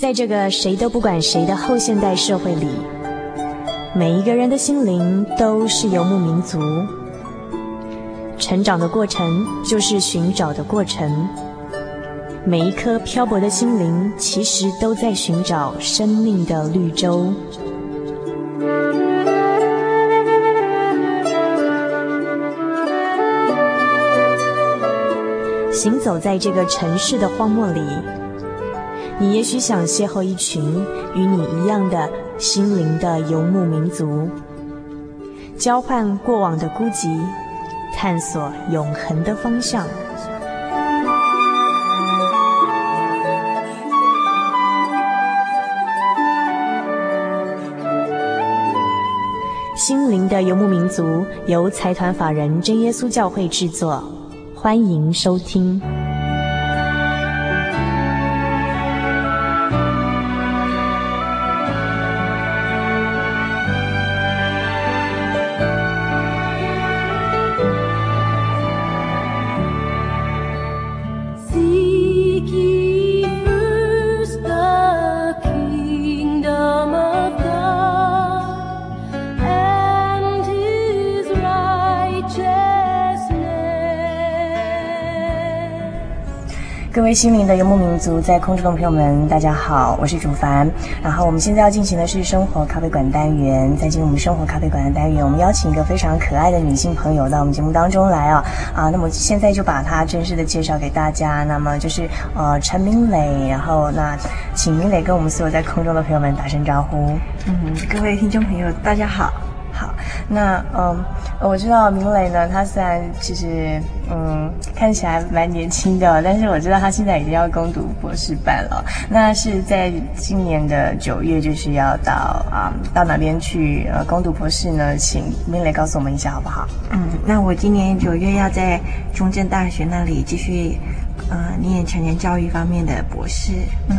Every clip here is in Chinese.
在这个谁都不管谁的后现代社会里，每一个人的心灵都是游牧民族。成长的过程就是寻找的过程，每一颗漂泊的心灵其实都在寻找生命的绿洲。行走在这个城市的荒漠里，你也许想邂逅一群与你一样的心灵的游牧民族，交换过往的孤寂，探索永恒的方向。心灵的游牧民族由财团法人真耶稣教会制作，欢迎收听。各位心灵的游牧民族，在空中的朋友们大家好，我是主凡。然后我们现在要进行的是生活咖啡馆单元。在进入我们生活咖啡馆的单元，我们邀请一个非常可爱的女性朋友到我们节目当中来那么现在就把她正式的介绍给大家。那么就是陈明蕾，然后那请明蕾跟我们所有在空中的朋友们打声招呼。 各位听众朋友大家好。 好，那我知道明蕾呢，她虽然其实看起来蛮年轻的，但是我知道她现在已经要攻读博士班了。那是在今年的9月，就是要到哪边去攻读博士呢？请明蕾告诉我们一下好不好？ 那我今年9月要在中正大学那里继续念成人教育方面的博士。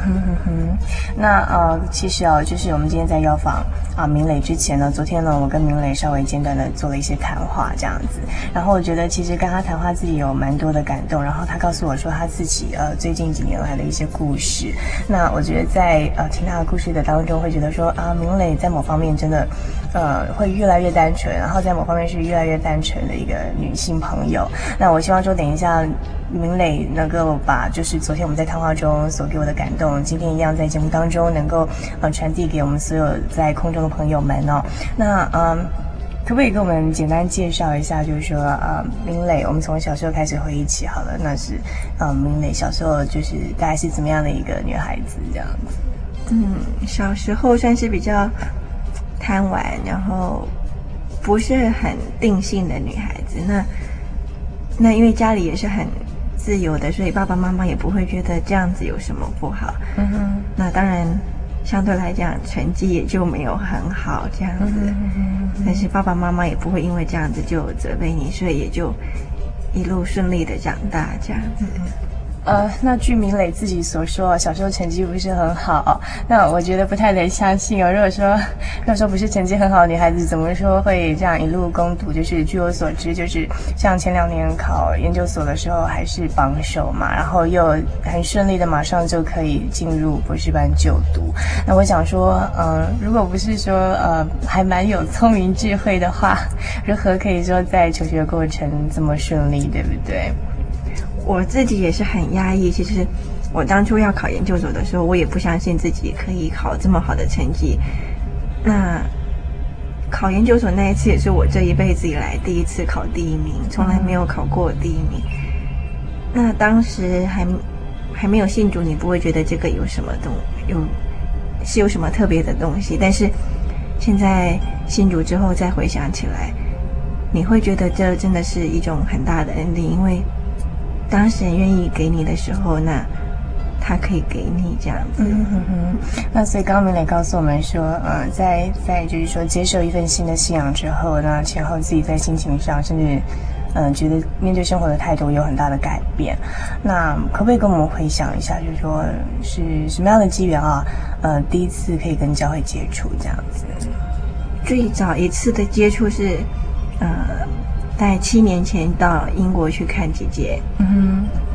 那其实就是我们今天在邀访明蕾之前呢，昨天呢我跟明蕾稍微简短的做了一些谈话这样子，然后我觉得其实跟她谈话自己有蛮多的感动，然后她告诉我说她自己最近几年来的一些故事。那我觉得在听她的故事的当中，会觉得说明蕾在某方面真的会越来越单纯，然后在某方面是越来越单纯的一个女性朋友。那我希望说等一下明蕾能够把就是昨天我们在谈话中所给我的感动，今天一样在节目当中能够传递给我们所有在空中的朋友们哦。那可不可以给我们简单介绍一下，就是说明蕾，我们从小时候开始回忆起好了。那是明蕾小时候就是大概是怎么样的一个女孩子这样子？ 小时候算是比较贪玩，然后不是很定性的女孩子。那因为家里也是很自由的，所以爸爸妈妈也不会觉得这样子有什么不好。那当然相对来讲成绩也就没有很好这样子，但是爸爸妈妈也不会因为这样子就责备你，所以也就一路顺利的长大这样子。 那据明蕾自己所说，小时候成绩不是很好，那我觉得不太能相信哦。如果说不是成绩很好的女孩子，怎么说会这样一路攻读？就是据我所知，就是像前2年考研究所的时候还是榜首嘛，然后又很顺利的马上就可以进入博士班就读。那我想说，如果不是说还蛮有聪明智慧的话，如何可以说在求学过程这么顺利，对不对？ 我自己也是很压抑。其实我当初要考研究所的时候，我也不相信自己可以考这么好的成绩。那考研究所那一次也是我这一辈子以来第一次考第1名，从来没有考过第1名。那当时还没有信主，你不会觉得这个有什么有什么特别的东西，但是现在信主之后再回想起来，你会觉得这真的是一种很大的恩典，因为当时人愿意给你的时候，那他可以给你这样子。 那所以刚刚明蕾告诉我们说，在就是说接受一份新的信仰之后，那前后自己在心情上，甚至觉得面对生活的态度有很大的改变。那可不可以跟我们回想一下，就是说是什么样的机缘第一次可以跟教会接触这样子？ 最早一次的接触是在7年前到英国去看姐姐。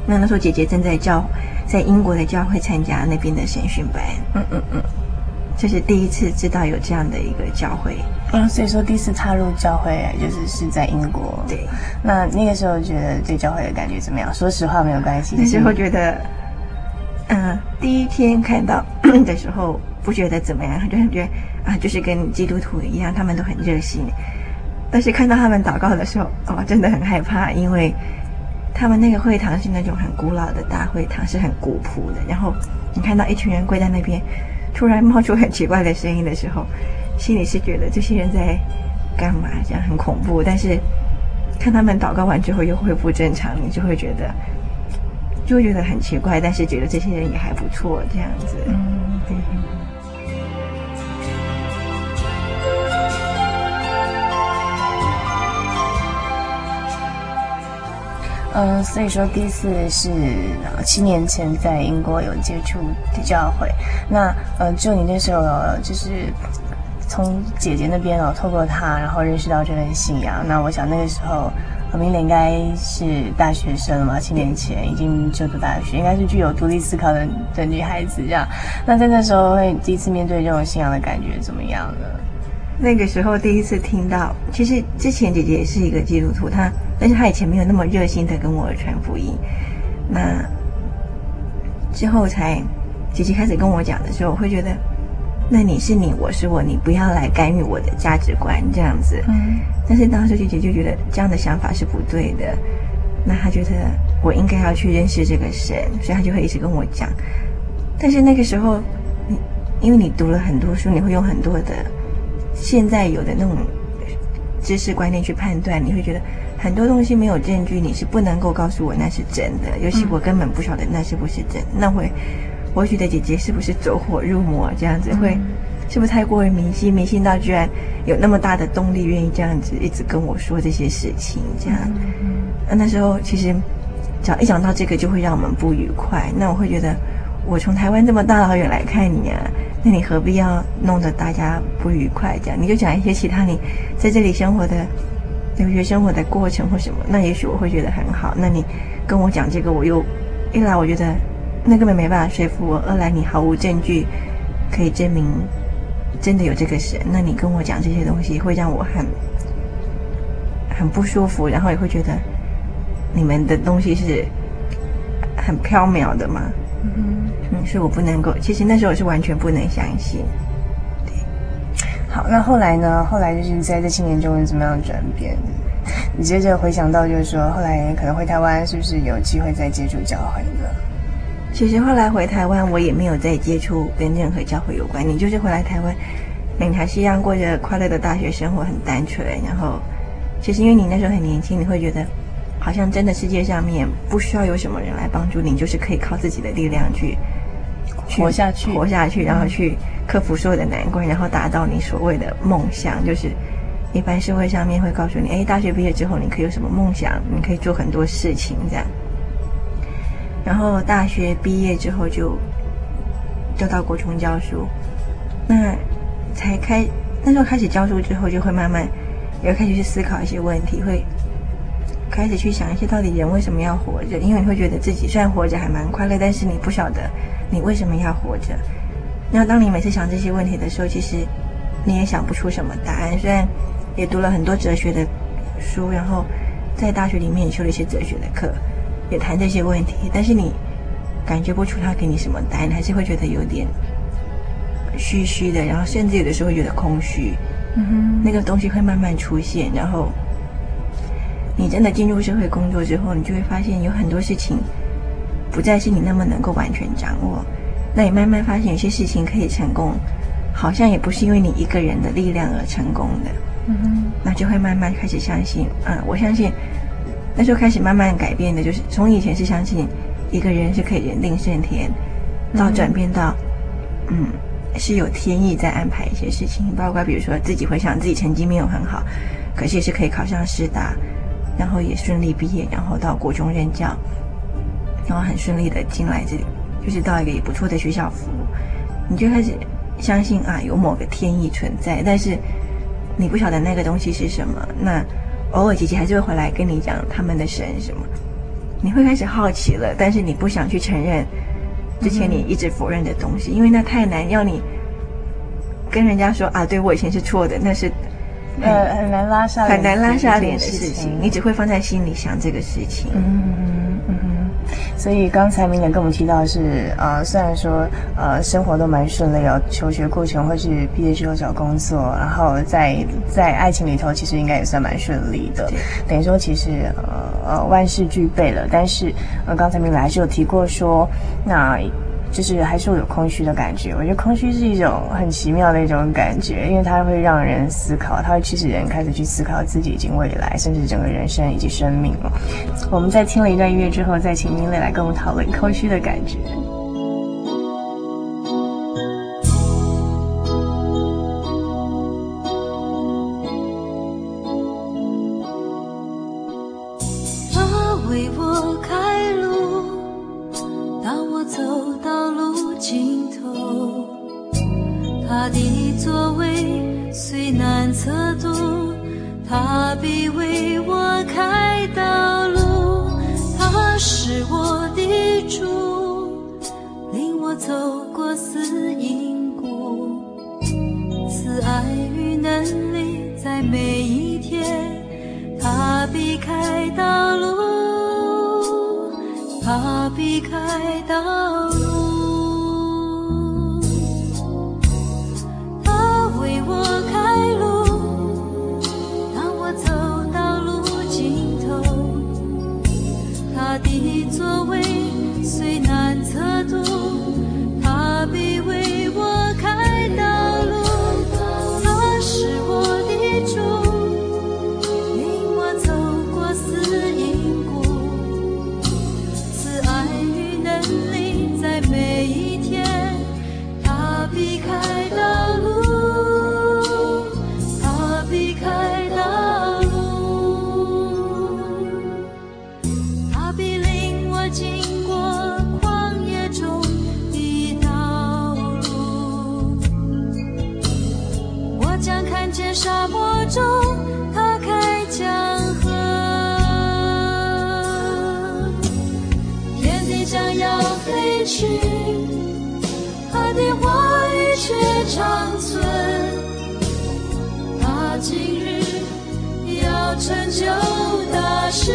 那时候姐姐正在英国的教会参加那边的神训班。这是第一次知道有这样的一个教会。 所以说第一次踏入教会是在英国。 对。 那个时候觉得对教会的感觉怎么样？说实话没有关系。 那时候觉得，第一天看到的时候不觉得怎么样，就觉得就是跟基督徒一样，他们都很热心。但是看到他们祷告的时候，真的很害怕，因为他们那个会堂是那种很古老的大会堂，是很古朴的。然后你看到一群人跪在那边，突然冒出很奇怪的声音的时候，心里是觉得这些人在干嘛，这样很恐怖。但是看他们祷告完之后又恢复正常，你就会觉得很奇怪，但是觉得这些人也还不错，这样子。对。 所以说第一次是7年前在英国有接触教会。那就你那时候就是从姐姐那边透过她，然后认识到这份信仰。那我想那个时候明磊应该是大学生了嘛，7年前已经就读大学，应该是具有独立思考的女孩子这样。那在那时候会第一次面对这种信仰的感觉怎么样呢？ 那个时候第一次听到，其实之前姐姐也是一个基督徒，但是她以前没有那么热心的跟我传福音。那之后姐姐开始跟我讲的时候，我会觉得，那你是你，我是我，你不要来干预我的价值观这样子。但是当时姐姐就觉得这样的想法是不对的，那她觉得我应该要去认识这个神，所以她就会一直跟我讲。但是那个时候，因为你读了很多书，你会用很多的现在有的那种知识观念去判断，你会觉得很多东西没有证据，你是不能够告诉我那是真的，尤其我根本不晓得那是不是真。那我觉得姐姐是不是走火入魔这样子，是不是太过于迷信到居然有那么大的动力愿意这样子一直跟我说这些事情这样。那时候其实只要一讲到这个就会让我们不愉快。那我会觉得我从台湾这么大老远来看你啊，那你何必要弄得大家不愉快这样？你就讲一些其他你在这里生活的留学生活的过程或什么，那也许我会觉得很好。那你跟我讲这个，我又一来我觉得那根本没办法说服我，二来你毫无证据可以证明真的有这个神，那你跟我讲这些东西会让我很不舒服，然后也会觉得你们的东西是很缥缈的嘛。所以我不能够，其实那时候我是完全不能相信。对。 好，那后来呢？后来就是在这7年中有怎么样的转变？你接着回想到就是说，后来可能回台湾是不是有机会再接触教会呢？ 其实后来回台湾，我也没有再接触跟任何教会有关。你就是回来台湾，你还是一样过着快乐的大学生活，很单纯。然后，其实因为你那时候很年轻，你会觉得好像真的世界上面不需要有什么人来帮助你，就是可以靠自己的力量去活下去， 然后去克服所有的难关，然后达到你所谓的梦想。就是一般社会上面会告诉你，大学毕业之后你可以有什么梦想，你可以做很多事情这样。然后大学毕业之后就到国中教书，那时候开始教书之后，就会慢慢也会开始去思考一些问题，会开始去想一些到底人为什么要活着。因为你会觉得自己虽然活着还蛮快乐，但是你不晓得你为什么要活着。那当你每次想这些问题的时候，其实你也想不出什么答案。虽然也读了很多哲学的书，然后在大学里面也修了一些哲学的课，也谈这些问题，但是你感觉不出他给你什么答案，还是会觉得有点虚虚的，然后甚至有的时候会觉得空虚。那个东西会慢慢出现，然后你真的进入社会工作之后，你就会发现有很多事情不再是你那么能够完全掌握。那你慢慢发现有些事情可以成功，好像也不是因为你一个人的力量而成功的。那就会慢慢开始相信我相信那时候开始慢慢改变的，就是从以前是相信一个人是可以人定胜天，到转变到是有天意在安排一些事情，包括比如说自己回想自己成绩没有很好，可是也是可以考上师大，然后也顺利毕业，然后到国中任教，然后很顺利的进来这里，就是到一个也不错的学校服务。你就开始相信有某个天意存在，但是你不晓得那个东西是什么。那偶尔姐姐还是会回来跟你讲他们的神什么， 你会开始好奇了，但是你不想去承认之前你一直否认的东西，因为那太难，要你跟人家说啊，对我以前是错的，那是很难拉下脸的事情，你只会放在心里想这个事情。 所以刚才明磊跟我们提到的是，虽然说生活都蛮顺利，求学过程或是毕业之后找工作，然后在爱情里头其实应该也算蛮顺利的，等于说其实万事俱备了。但是刚才明磊还是有提过说，那就是还是会有空虚的感觉。我觉得空虚是一种很奇妙的一种感觉，因为它会让人思考，它会驱使人开始去思考自己以及未来，甚至整个人生以及生命了。我们在听了一段音乐之后，再请明磊来跟我们讨论空虚的感觉。 他为我开路，当我走到路尽头，他的座位虽难测度，他必为我开道路。他是我的主，领我走过死荫谷，慈爱与能力在每一天，他必开道路，他必开道路，他为我开路，当我走到路尽头，他的座位虽难测度，他必为我开道路。他是我的主，领我走过死荫谷，慈爱与能力在每一天，他必开道路，他必开道路，他必领我经过旷野中的道路，我将看见沙漠中他开江河，天地将要废去，他的话语却长存，他今日要成就大事。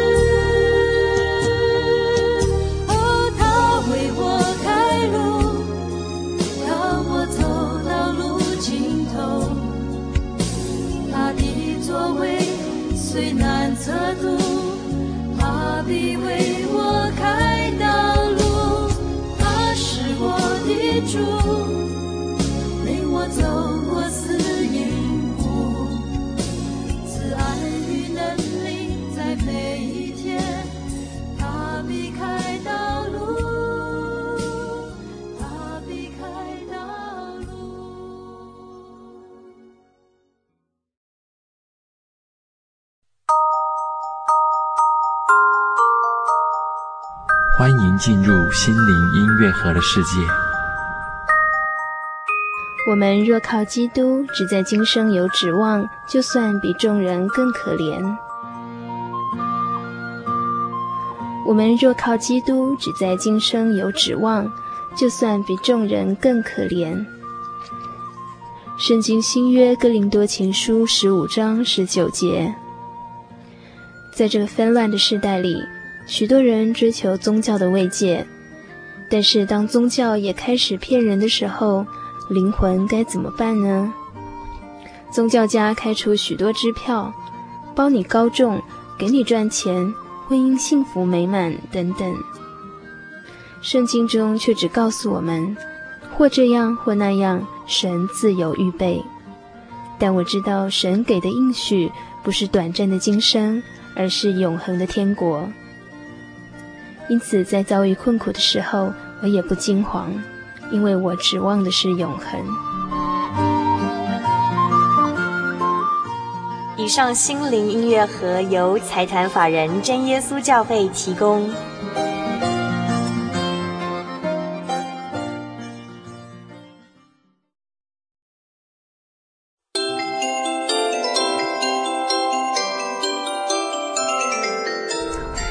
哦，他为我开路，当我走到路尽头，他的座位虽难测度，他必为我开道路。他是我的主，领我走过死荫谷，慈爱与能力在每一天，他必开道路，他必开道路。 欢迎进入心灵音乐盒的世界。 我们若靠基督，只在今生有指望，就算比众人更可怜。我们若靠基督，只在今生有指望，就算比众人更可怜。圣经新约哥林多前书15章19节。在这个纷乱的时代里，许多人追求宗教的慰藉，但是当宗教也开始骗人的时候，灵魂该怎么办呢？宗教家开出许多支票，包你高中，给你赚钱，婚姻幸福美满等等。圣经中却只告诉我们，或这样或那样，神自有预备。但我知道神给的应许不是短暂的今生，而是永恒的天国。因此在遭遇困苦的时候，我也不惊慌，因为我指望的是永恒。 以上心灵音乐盒由财团法人真耶稣教会提供。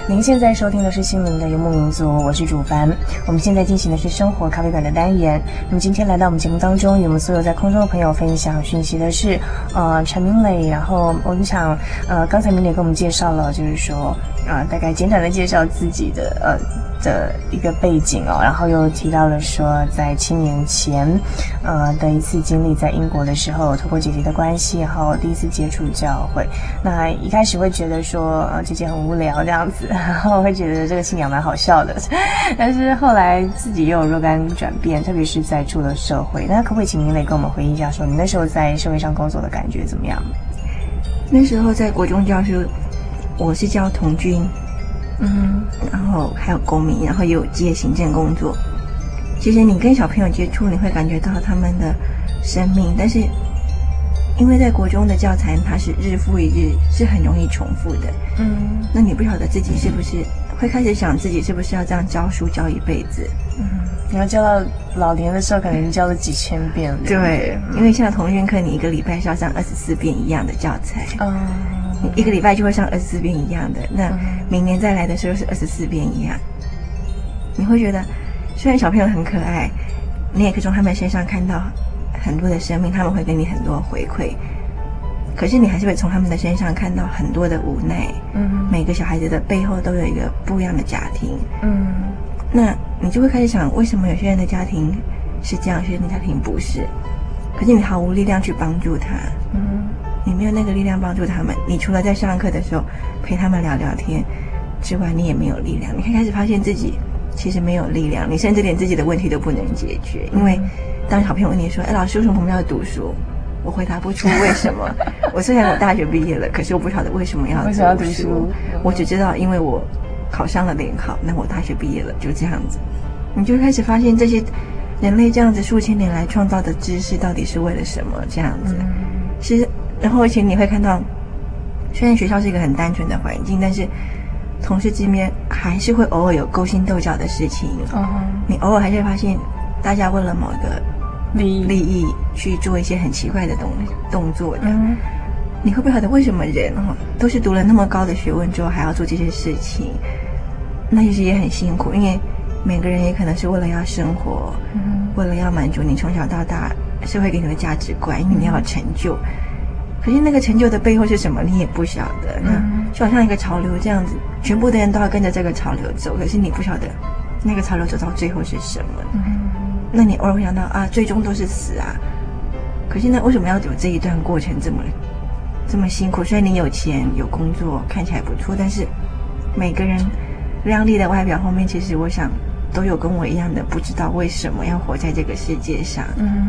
您现在收听的是心灵的游牧民族，我是主凡。我们现在进行的是生活咖啡馆的单元。那么今天来到我们节目当中，与我们所有在空中的朋友分享讯息的是陈明磊。然后我们想刚才明磊给我们介绍了，就是说大概简短的介绍自己的一个背景哦，然后又提到了说在7年前的一次经历，在英国的时候，透过姐姐的关系，然后第一次接触教会。那一开始会觉得说姐姐很无聊这样子，然后会觉得这个信仰蛮好笑的，但是后来自己也有若干转变，特别是在出了社会。那可不可以请明磊跟我们回忆一下，说你那时候在社会上工作的感觉怎么样？ 那时候在国中教书，我是教童军，然后还有公民，然后也有接行政工作。其实你跟小朋友接触，你会感觉到他们的生命，但是因为在国中的教材它是日复一日，是很容易重复的。那你不晓得自己是不是会开始想自己是不是要这样教书教一辈子。 你要教到老年的时候，可能教了几千遍了。 对，因为像童军课，你一个礼拜是要上24遍一样的教材。你一个礼拜就会上24遍一样的，那明年再来的时候是24遍一样。你会觉得，虽然小朋友很可爱，你也可以从他们身上看到很多的生命，他们会给你很多回馈，可是你还是会从他们的身上看到很多的无奈。每个小孩子的背后都有一个不一样的家庭。那你就会开始想，为什么有些人的家庭是这样，有些人的家庭不是？可是你毫无力量去帮助他。你没有那个力量帮助他们，你除了在上课的时候陪他们聊聊天之外，你也没有力量。你会开始发现自己其实没有力量，你甚至连自己的问题都不能解决。因为当小朋友问你说，老师为什么我们要读书？我回答不出为什么。我虽然我大学毕业了，可是我不晓得为什么要读书。我只知道因为我考上了联考，那我大学毕业了，就这样子。你就开始发现这些人类这样子数千年来创造的知识到底是为了什么这样子。是。然后而且你会看到，虽然学校是一个很单纯的环境，但是同事之间还是会偶尔有勾心斗角的事情。你偶尔还是会发现大家为了某个利益去做一些很奇怪的动作的。你会不晓得为什么人都是读了那么高的学问之后还要做这些事情。那其实也很辛苦，因为每个人也可能是为了要生活，为了要满足你从小到大社会给你的价值观，因为你要有成就。可是那个成就的背后是什么，你也不晓得。那就好像一个潮流这样子，全部的人都要跟着这个潮流走，可是你不晓得那个潮流走到最后是什么。那你偶尔会想到最终都是死啊。可是呢，为什么要有这一段过程这么辛苦？虽然你有钱有工作，看起来不错，但是每个人亮丽的外表后面，其实我想都有跟我一样的不知道为什么要活在这个世界上。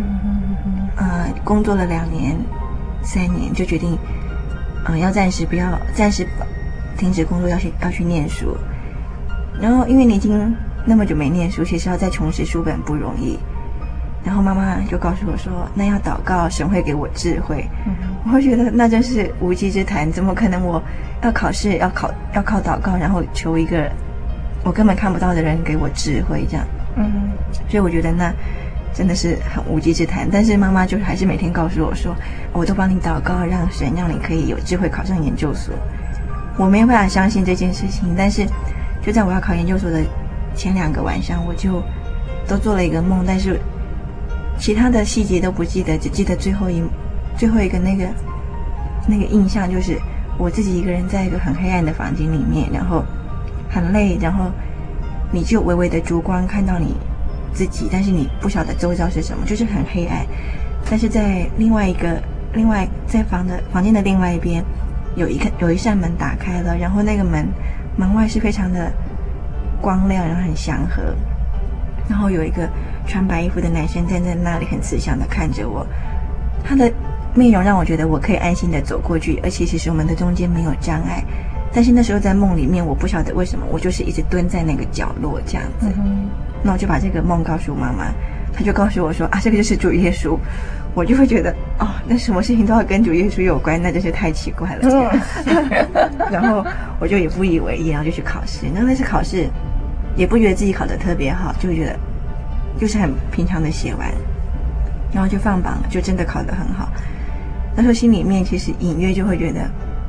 工作了2年3年，就决定要暂时停止工作，要去念书。然后因为你已经那么久没念书，其实要再重拾书本不容易。然后妈妈就告诉我说，那要祷告，神会给我智慧。我会觉得那真是无稽之谈，怎么可能我要考试要靠祷告，然后求一个我根本看不到的人给我智慧这样。所以我觉得那真的是很无稽之谈。但是妈妈就还是每天告诉我说，我都帮你祷告，让神让你可以有智慧考上研究所。我没有办法相信这件事情，但是就在我要考研究所的前2个晚上，我就都做了一个梦，但是其他的细节都不记得，只记得最后一个那个印象，就是我自己一个人在一个很黑暗的房间里面，然后很累，然后你就微微的烛光看到你自己，但是你不晓得周遭是什么，就是很黑暗。但是在在房间的另外一边有一扇门打开了，然后那个门外是非常的光亮，然后很祥和，然后有一个穿白衣服的男生站在那里很慈祥的看着我，他的面容让我觉得我可以安心的走过去，而且其实我们的中间没有障碍。但是那时候在梦里面，我不晓得为什么我就是一直蹲在那个角落这样子。那我就把这个梦告诉妈妈，她就告诉我说这个就是主耶稣。我就会觉得那什么事情都要跟主耶稣有关，那真是太奇怪了。然后我就也不以为意，然后就去考试。那次考试也不觉得自己考得特别好，就觉得就是很平常的写完，然后就放榜了，就真的考得很好。那时候心里面其实隐约就会觉得，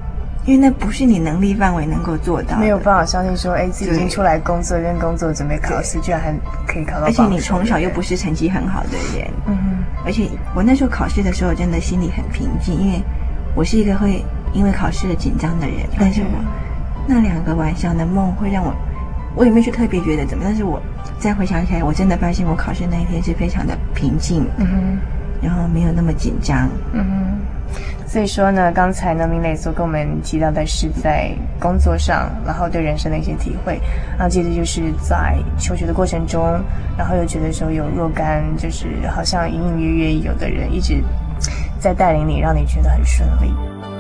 因为那不是你能力范围能够做到的， 没有办法相信说，自己已经出来工作跟工作准备考试，居然还可以考到榜首。 而且你从小又不是成绩很好的人，而且我那时候考试的时候真的心里很平静，因为我是一个会因为考试而紧张的人，但是我那2个晚上的梦会让我也没有去特别觉得怎么，但是我再回想起来，我真的发现我考试那一天是非常的平静，然后没有那么紧张， 所以说呢，刚才呢，明磊所跟我们提到的是在工作上，然后对人生的一些体会，然后接着就是在求学的过程中，然后又觉得说有若干就是好像隐隐约约有的人一直在带领你，让你觉得很顺利。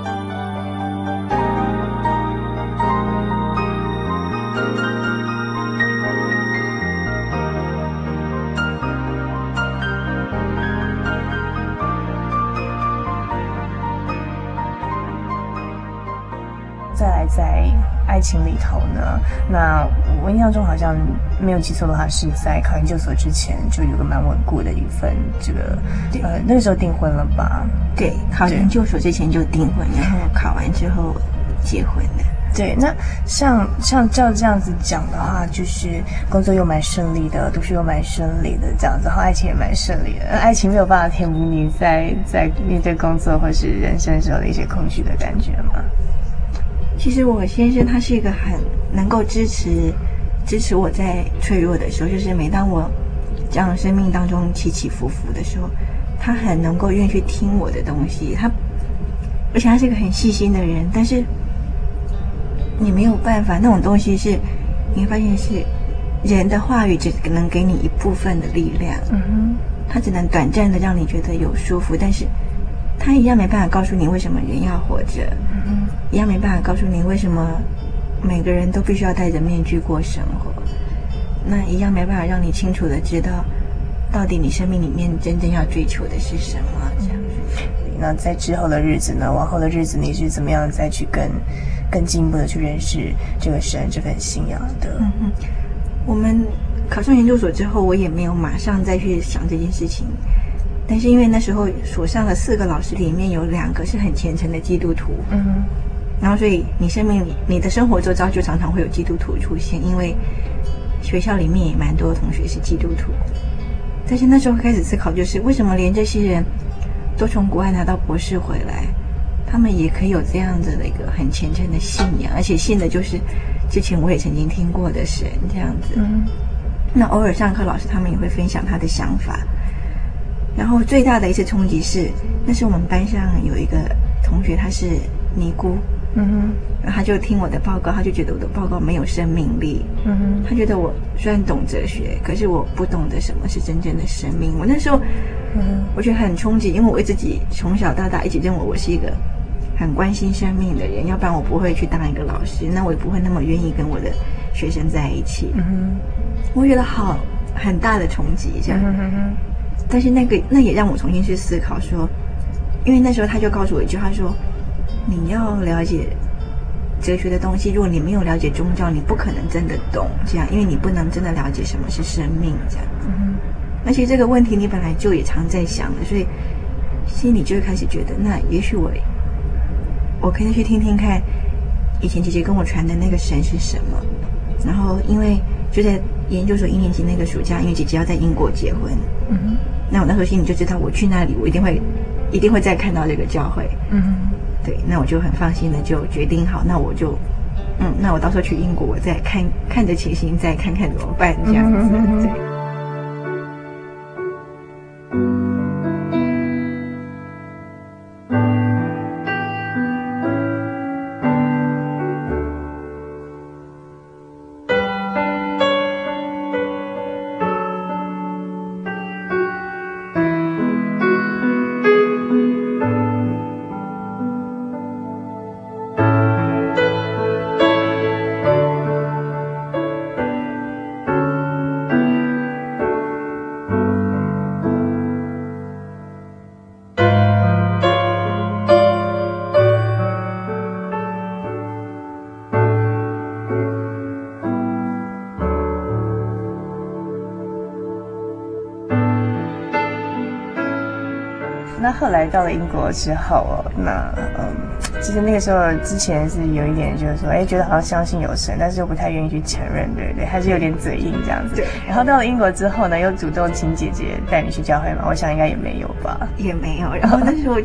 再来，在爱情里头呢，那我印象中好像没有记错的话，是在考研究所之前就有个蛮稳固的一份这个，那个时候订婚了吧？ 对，考研究所之前就订婚，然后考完之后结婚的。 对，那像照这样子讲的话，就是工作又蛮顺利的，读书又蛮顺利的这样子，然后爱情也蛮顺利的。爱情没有办法填补你在面对工作或是人生时候的一些空虚的感觉吗？ 其实我先生他是一个很能够支持我在脆弱的时候，就是每当我这样生命当中起起伏伏的时候，他很能够愿意去听我的东西。而且他是一个很细心的人，但是你没有办法，那种东西是你会发现是人的话语只能给你一部分的力量，他只能短暂的让你觉得有舒服，但是他一样没办法告诉你为什么人要活着，一样没办法告诉你为什么每个人都必须要戴着面具过生活，那一样没办法让你清楚的知道到底你生命里面真正要追求的是什么。这样， 那在之后的日子呢，往后的日子你是怎么样再去更进一步的去认识这个神这份信仰的？ 我们考上研究所之后，我也没有马上再去想这件事情，但是因为那时候所上的4个老师里面有2个是很虔诚的基督徒，然后所以你的生活周遭就常常会有基督徒出现，因为学校里面也蛮多同学是基督徒。但是那时候开始思考，就是为什么连这些人都从国外拿到博士回来，他们也可以有这样子的一个很虔诚的信仰，而且信的就是之前我也曾经听过的神这样子。那偶尔上课老师他们也会分享他的想法，然后最大的一次冲击是，那是我们班上有一个同学他是尼姑，然后他就听我的报告，他就觉得我的报告没有生命力，他觉得我虽然懂哲学，可是我不懂得什么是真正的生命。我那时候我觉得很冲击，因为我自己从小到大一直认为我是一个很关心生命的人，要不然我不会去当一个老师，那我也不会那么愿意跟我的学生在一起。我觉得很大的冲击这样。但是那也让我重新去思考说，因为那时候他就告诉我一句话说，你要了解哲学的东西，如果你没有了解宗教，你不可能真的懂这样，因为你不能真的了解什么是生命这样。而且这个问题你本来就也常在想的，所以心里就会开始觉得，那也许我可以去听听看以前姐姐跟我传的那个神是什么。然后因为就在研究所1年级那个暑假，因为姐姐要在英国结婚，那我那时候心里就知道，我去那里我一定会再看到这个教会。对，那我就很放心的就决定好，那我就那我到时候去英国，我再看着情形再看看怎么办这样子。对。 那后来到了英国之后那其实那个时候之前是有一点就是说，觉得好像相信有神，但是又不太愿意去承认，对不对？还是有点嘴硬这样子。 对。 然后到了英国之后呢，又主动请姐姐带你去教会嘛？我想应该也没有吧。 也没有。然后那时候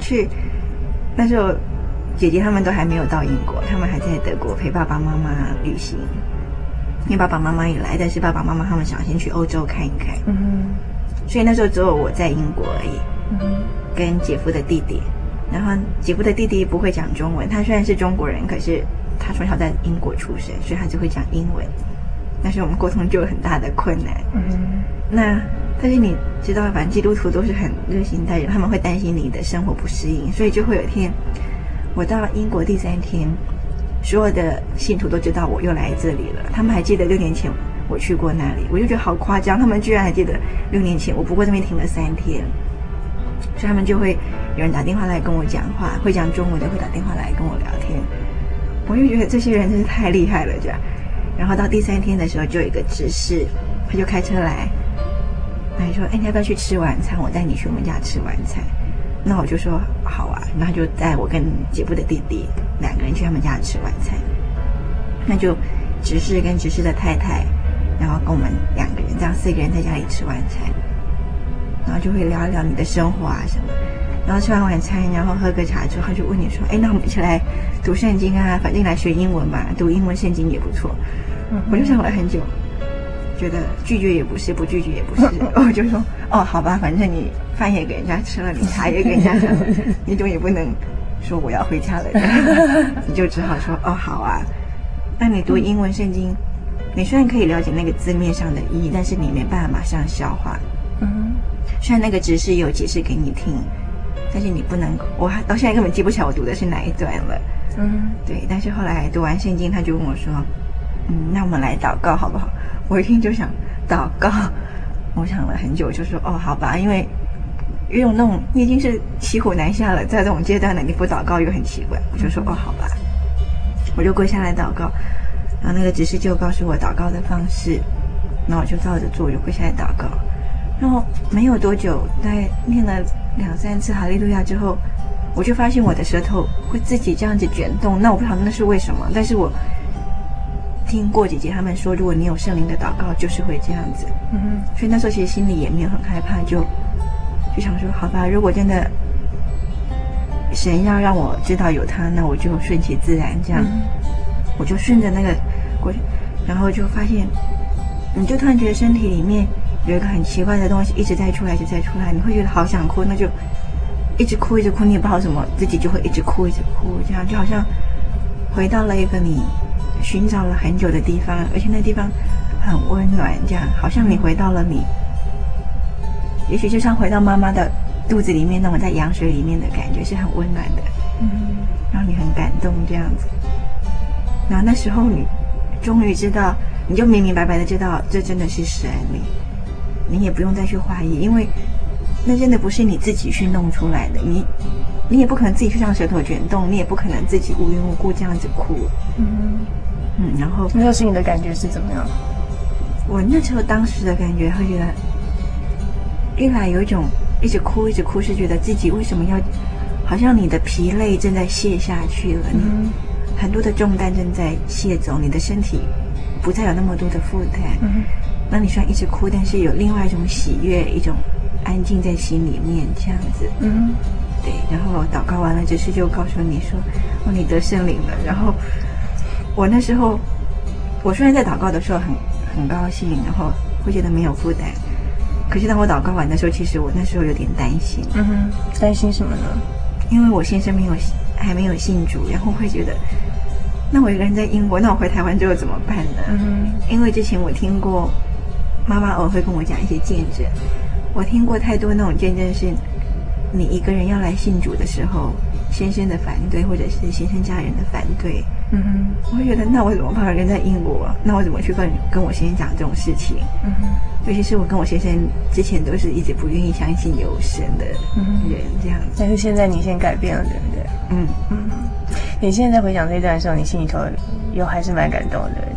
姐姐他们都还没有到英国，他们还在德国陪爸爸妈妈旅行。因为爸爸妈妈也来，但是爸爸妈妈他们想先去欧洲看一看。所以那时候只有我在英国而已。跟姐夫的弟弟。然后姐夫的弟弟不会讲中文，他虽然是中国人，可是他从小在英国出生，所以他只会讲英文。但是我们沟通就有很大的困难。但是你知道，反正基督徒都是很热心待人，他们会担心你的生活不适应，所以就会有一天，我到英国第3天，所有的信徒都知道我又来这里了。他们还记得6年前我去过那里，我就觉得好夸张，他们居然还记得6年前我不过那边停了3天。所以他们就会有人打电话来跟我讲话，会讲中文的会打电话来跟我聊天。我就觉得这些人真是太厉害了这样。然后到第3天的时候，就有一个执事，他就开车来，他就说：“你要不要去吃晚餐？我带你去我们家吃晚餐。”那我就说好啊，然后就带我跟姐夫的弟弟2个人去他们家吃晚餐。那就执事跟执事的太太，然后跟我们2个人，这样4个人在家里吃晚餐。然后就会聊一聊你的生活啊什么，然后吃完晚餐，然后喝个茶之后，他就问你说：“那我们一起来读圣经啊，反正来学英文吧，读英文圣经也不错。”我就想了很久，觉得拒绝也不是，不拒绝也不是，我就说：“好吧，反正你饭也给人家吃了，你茶也给人家喝了，你总也不能说我要回家了，你就只好说好啊。那你读英文圣经，你虽然可以了解那个字面上的意义，但是你没办法马上消化。虽然那个执事也有解释给你听，但是你不能，我到现在根本记不起来我读的是哪一段了。对。但是后来读完圣经，他就跟我说：“那我们来祷告好不好？”我一听就想祷告，我想了很久，就说：“好吧。”因为有那种你已经是骑虎难下了，在这种阶段呢，你不祷告又很奇怪。我就说：“好吧。”我就跪下来祷告，然后那个执事就告诉我祷告的方式，然后我就照着做，我就跪下来祷告。然后没有多久，大概念了2-3次哈利路亚之后，我就发现我的舌头会自己这样子卷动。那我不晓得那是为什么，但是我听过姐姐他们说，如果你有圣灵的祷告，就是会这样子。所以那时候其实心里也没有很害怕，就想说好吧，如果真的神要让我知道有他，那我就顺其自然这样。我就顺着那个过去，然后就发现，你就突然觉得身体里面有一个很奇怪的东西一直在出来，一直在出来，你会觉得好想哭，那就一直哭，一直哭，你也不知道什么，自己就会一直哭，一直哭，这样就好像回到了一个你寻找了很久的地方，而且那地方很温暖，这样好像你回到了你，也许就像回到妈妈的肚子里面那种在羊水里面的感觉，是很温暖的，让你很感动这样子。然后那时候你终于知道，你就明明白白的知道这真的是神，你也不用再去怀疑，因为那真的不是你自己去弄出来的，你也不可能自己去让舌头卷动，你也不可能自己无缘无故这样子哭。然后那时候你的感觉是怎么样？ 我那时候当时的感觉会觉得，一来有一种一直哭一直哭，是觉得自己为什么要，好像你的疲累正在卸下去了，你很多的重担正在卸走，你的身体不再有那么多的负担。那你虽然一直哭，但是有另外一种喜悦，一种安静在心里面这样子。对。然后祷告完了，执事就告诉你说：“你得圣灵了。”然后我那时候，我虽然在祷告的时候很高兴，然后会觉得没有负担，可是当我祷告完的时候，其实我那时候有点担心。 担心什么呢？ 因为我先生还没有信主，然后会觉得，那我一个人在英国，那我回台湾之后怎么办呢？因为之前我听过妈妈偶尔会跟我讲一些见证，我听过太多那种见证是，你一个人要来信主的时候，先生的反对，或者是先生家人的反对。我会觉得，那我怎么办？人在英国，那我怎么去跟我先生讲这种事情？尤其是我跟我先生之前都是一直不愿意相信有神的人这样子。 但是现在你先改变了，对不对？你现在回想这一段的时候，你心里头又还是蛮感动的，对。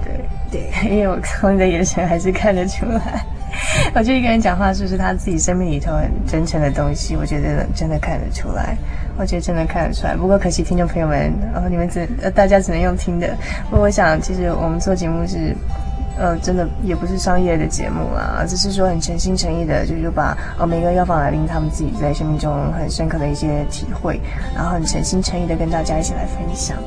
对， 因为我从你的眼神还是看得出来。我觉得一个人讲话是不是他自己生命里头很真诚的东西，我觉得真的看得出来，我觉得真的看得出来。不过可惜听众朋友们，你们大家只能用听的。不过我想，其实我们做节目是，真的也不是商业的节目啦，只是说很诚心诚意的，就是把每个药房来宾他们自己在生命中很深刻的一些体会，然后很诚心诚意的跟大家一起来分享。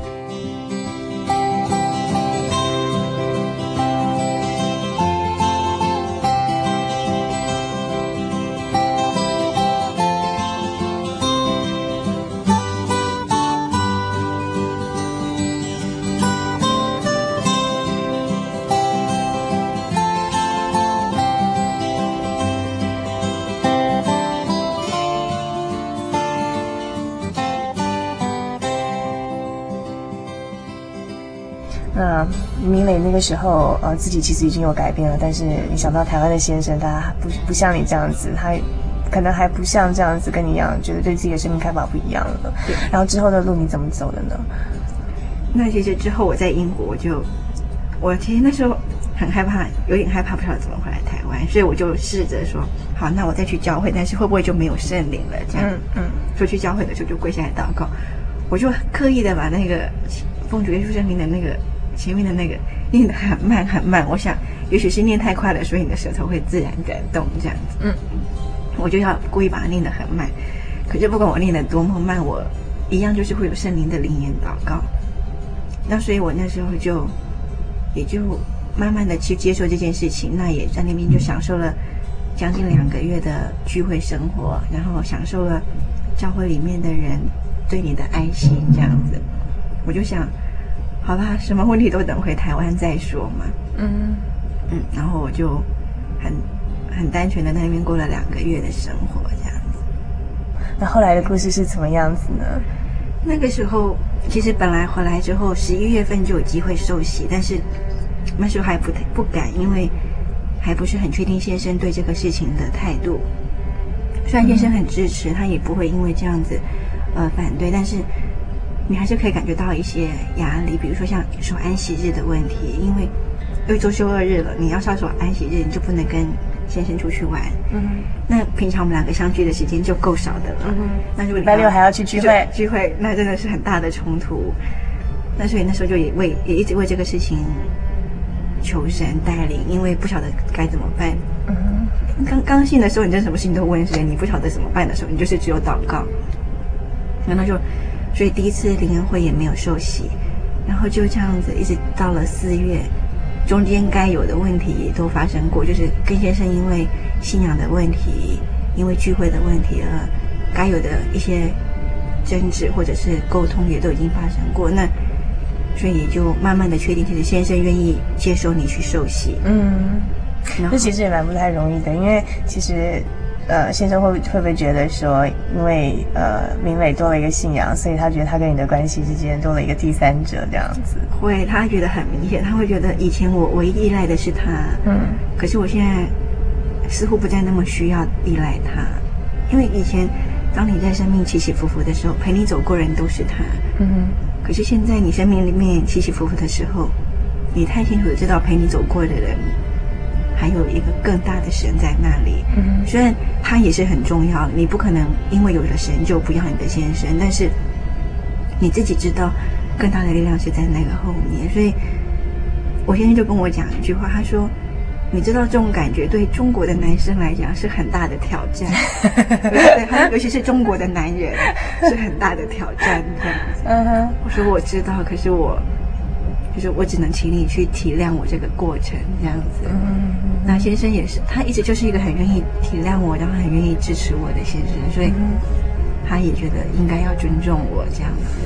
那明磊那个时候，自己其实已经有改变了，但是你想到台湾的先生，他不像你这样子，他可能还不像这样子跟你一样，觉得对自己的生命看法不一样了。 对。 然后之后的路你怎么走的呢？ 那其实之后我在英国我其实那时候很害怕，有点害怕，不知道怎么回来台湾，所以我就试着说，好，那我再去教会，但是会不会就没有圣灵了？这样，说去教会的时候就跪下来祷告，我就刻意的把那个奉主耶稣圣名的那个前面的那个念得很慢很慢，我想也许是念太快了，所以你的舌头会自然感动这样子。我就要故意把它念得很慢，可是不管我念得多么慢，我一样就是会有圣灵的灵言祷告。那所以我那时候也就慢慢的去接受这件事情，那也在那边就享受了将近2个月的聚会生活，然后享受了教会里面的人对你的爱心这样子。我就想，好吧，什么问题都等回台湾再说嘛。然后我就很单纯的在那边过了2个月的生活这样子。 那后来的故事是怎么样子呢？ 那个时候其实本来回来之后11月份就有机会受洗，但是那时候还不敢，因为还不是很确定先生对这个事情的态度。虽然先生很支持，他也不会因为这样子反对，但是你还是可以感觉到一些压力，比如说像守安息日的问题，因为又周休2日了，你要是要守安息日，你就不能跟先生出去玩。那平常我们2个相聚的时间就够少的了。那如果礼拜 6还要去聚会， 那真的是很大的冲突。那所以那时候就也一直为这个事情求神带领，因为不晓得该怎么办。刚信的时候，你真什么事情都问神，你不晓得怎么办的时候，你就是只有祷告。然后所以第一次灵恩会也没有受洗，然后就这样子一直到了4月，中间该有的问题也都发生过，就是跟先生因为信仰的问题，因为聚会的问题该有的一些争执或者是沟通也都已经发生过。那所以也就慢慢的确定，其实先生愿意接受你去受洗。 这其实也蛮不太容易的，因为其实先生会不会觉得说，因为明磊多了一个信仰，所以他觉得他跟你的关系之间多了一个第三者这样子？ 会，他觉得很明显，他会觉得以前我唯一依赖的是他，可是我现在似乎不再那么需要依赖他，因为以前当你在生命起起伏伏的时候，陪你走过人都是他，可是现在你生命里面起起伏伏的时候，你太清楚的知道陪你走过的人还有一个更大的神在那里。虽然他也是很重要，你不可能因为有了神就不要你的先生，但是你自己知道更大的力量是在那个后面。所以我先生就跟我讲一句话，他说，你知道这种感觉对中国的男生来讲是很大的挑战。对，尤其是中国的男人是很大的挑战这样子。我说我知道，可是我只能请你去体谅我这个过程这样子。那先生也是，他一直就是一个很愿意体谅我，然后很愿意支持我的先生，所以他也觉得应该要尊重我这样子。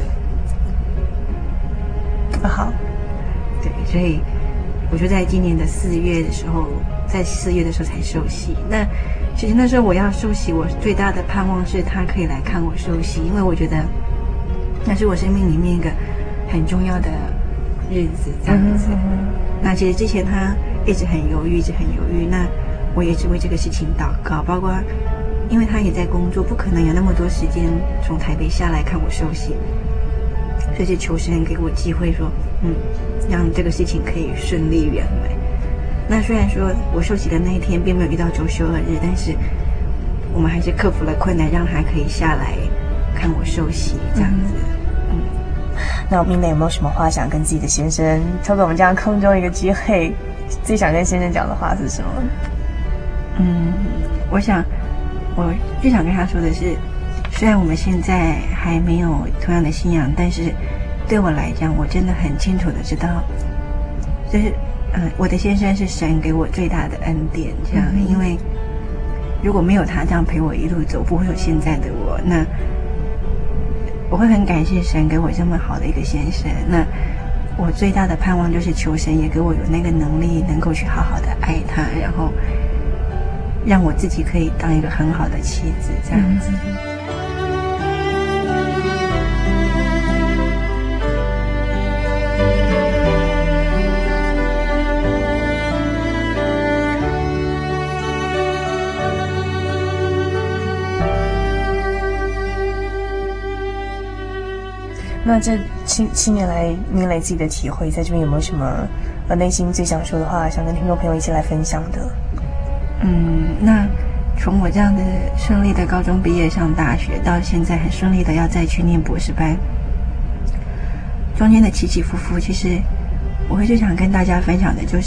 好， 对，所以我就在今年的4月的时候，在4月的时候才受洗。那其实那时候我要受洗，我最大的盼望是他可以来看我受洗，因为我觉得那是我生命里面一个很重要的日子这样子。那其实之前他一直很犹豫，那我也一直为这个事情祷告，包括因为他也在工作，不可能有那么多时间从台北下来看我受洗， 所以是求神给我机会说，让这个事情可以顺利圆满。那虽然说我受洗的那一天并没有遇到周休2日，但是我们还是克服了困难，让他可以下来看我受洗这样子。 那明磊有没有什么话想跟自己的先生，透过我们这样空中一个机会，最想跟先生讲的话是什么？ 我想我最想跟他说的是，虽然我们现在还没有同样的信仰，但是对我来讲，我真的很清楚的知道，就是我的先生是神给我最大的恩典，这样，因为如果没有他这样陪我一路走，不会有现在的我。那我会很感谢神给我这么好的一个先生。那我最大的盼望就是求神也给我有那个能力，能够去好好的爱他，然后让我自己可以当一个很好的妻子，这样子。 那这七年来，明磊自己的体会，在这边有没有什么内心最想说的话，想跟听众朋友一起来分享的？ 那从我这样的顺利的高中毕业上大学，到现在很顺利的要再去念博士班，中间的起起伏伏，其实我会最想跟大家分享的就是，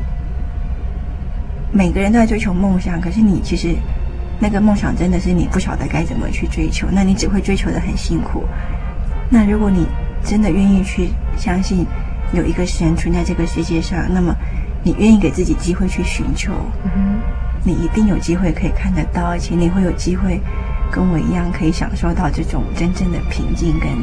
每个人都在追求梦想，可是你其实那个梦想真的是你不晓得该怎么去追求，那你只会追求得很辛苦。那如果你真的愿意去相信有一个神存在这个世界上，那么你愿意给自己机会去寻求，你一定有机会可以看得到，而且你会有机会跟我一样可以享受到这种真正的平静跟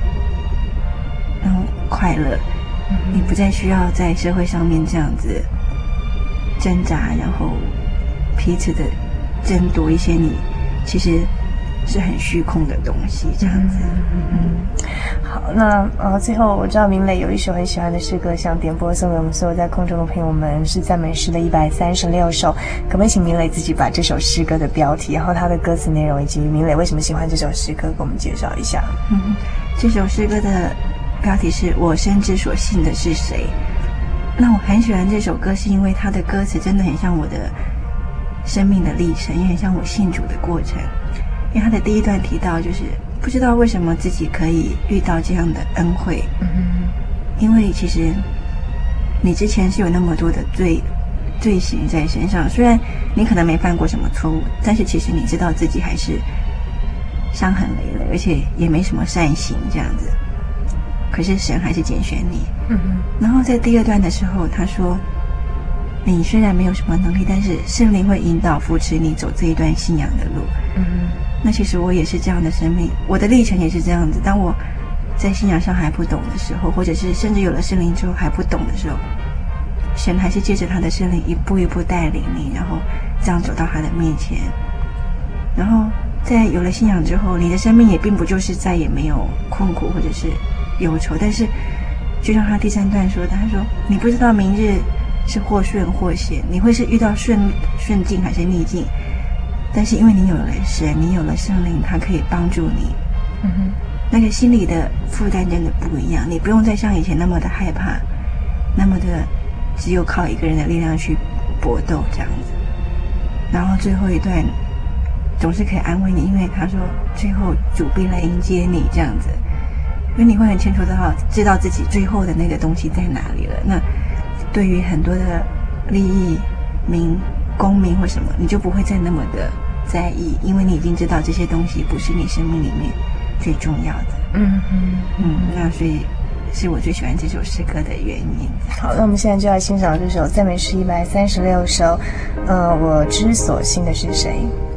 快乐。你不再需要在社会上面这样子挣扎，然后彼此的争夺一些你其实是很虚空的东西，这样子。 好，那最后我知道明磊有一首很喜欢的诗歌，想点播送给我们所有在空中的朋友们，是赞美诗的136首。可不可以请明磊自己把这首诗歌的标题，然后它的歌词内容，以及明磊为什么喜欢这首诗歌，给我们介绍一下？ 这首诗歌的标题是我深知所信的是谁。那我很喜欢这首歌，是因为它的歌词真的很像我的生命的历程，也很像我信主的过程。因为他的第一段提到，就是不知道为什么自己可以遇到这样的恩惠，因为其实你之前是有那么多的罪行在身上，虽然你可能没犯过什么错误，但是其实你知道自己还是伤痕累累，而且也没什么善行这样子，可是神还是拣选你。然后在第二段的时候他说，你虽然没有什么能力，但是圣灵会引导扶持你走这一段信仰的路。那其实我也是这样的生命，我的历程也是这样子。当我在信仰上还不懂的时候，或者是甚至有了圣灵之后还不懂的时候，神还是借着他的圣灵一步一步带领你，然后这样走到他的面前。然后在有了信仰之后，你的生命也并不就是再也没有困苦或者是忧愁，但是就像他第3段说的，他说你不知道明日是或顺或险，你会是遇到顺境还是逆境，但是因为你有了神，你有了圣灵，他可以帮助你。那个心里的负担真的不一样，你不用再像以前那么的害怕，那么的只有靠一个人的力量去搏斗这样子。然后最后一段总是可以安慰你，因为他说最后主必来迎接你这样子，因为你会很清楚的知道自己最后的那个东西在哪里了。那对于很多的利益功名或什么，你就不会再那么的在意，因为你已经知道这些东西不是你生命里面最重要的。那所以是我最喜欢这首诗歌的原因。 好，那我们现在就来欣赏这首赞美诗136首，我知所信的是谁。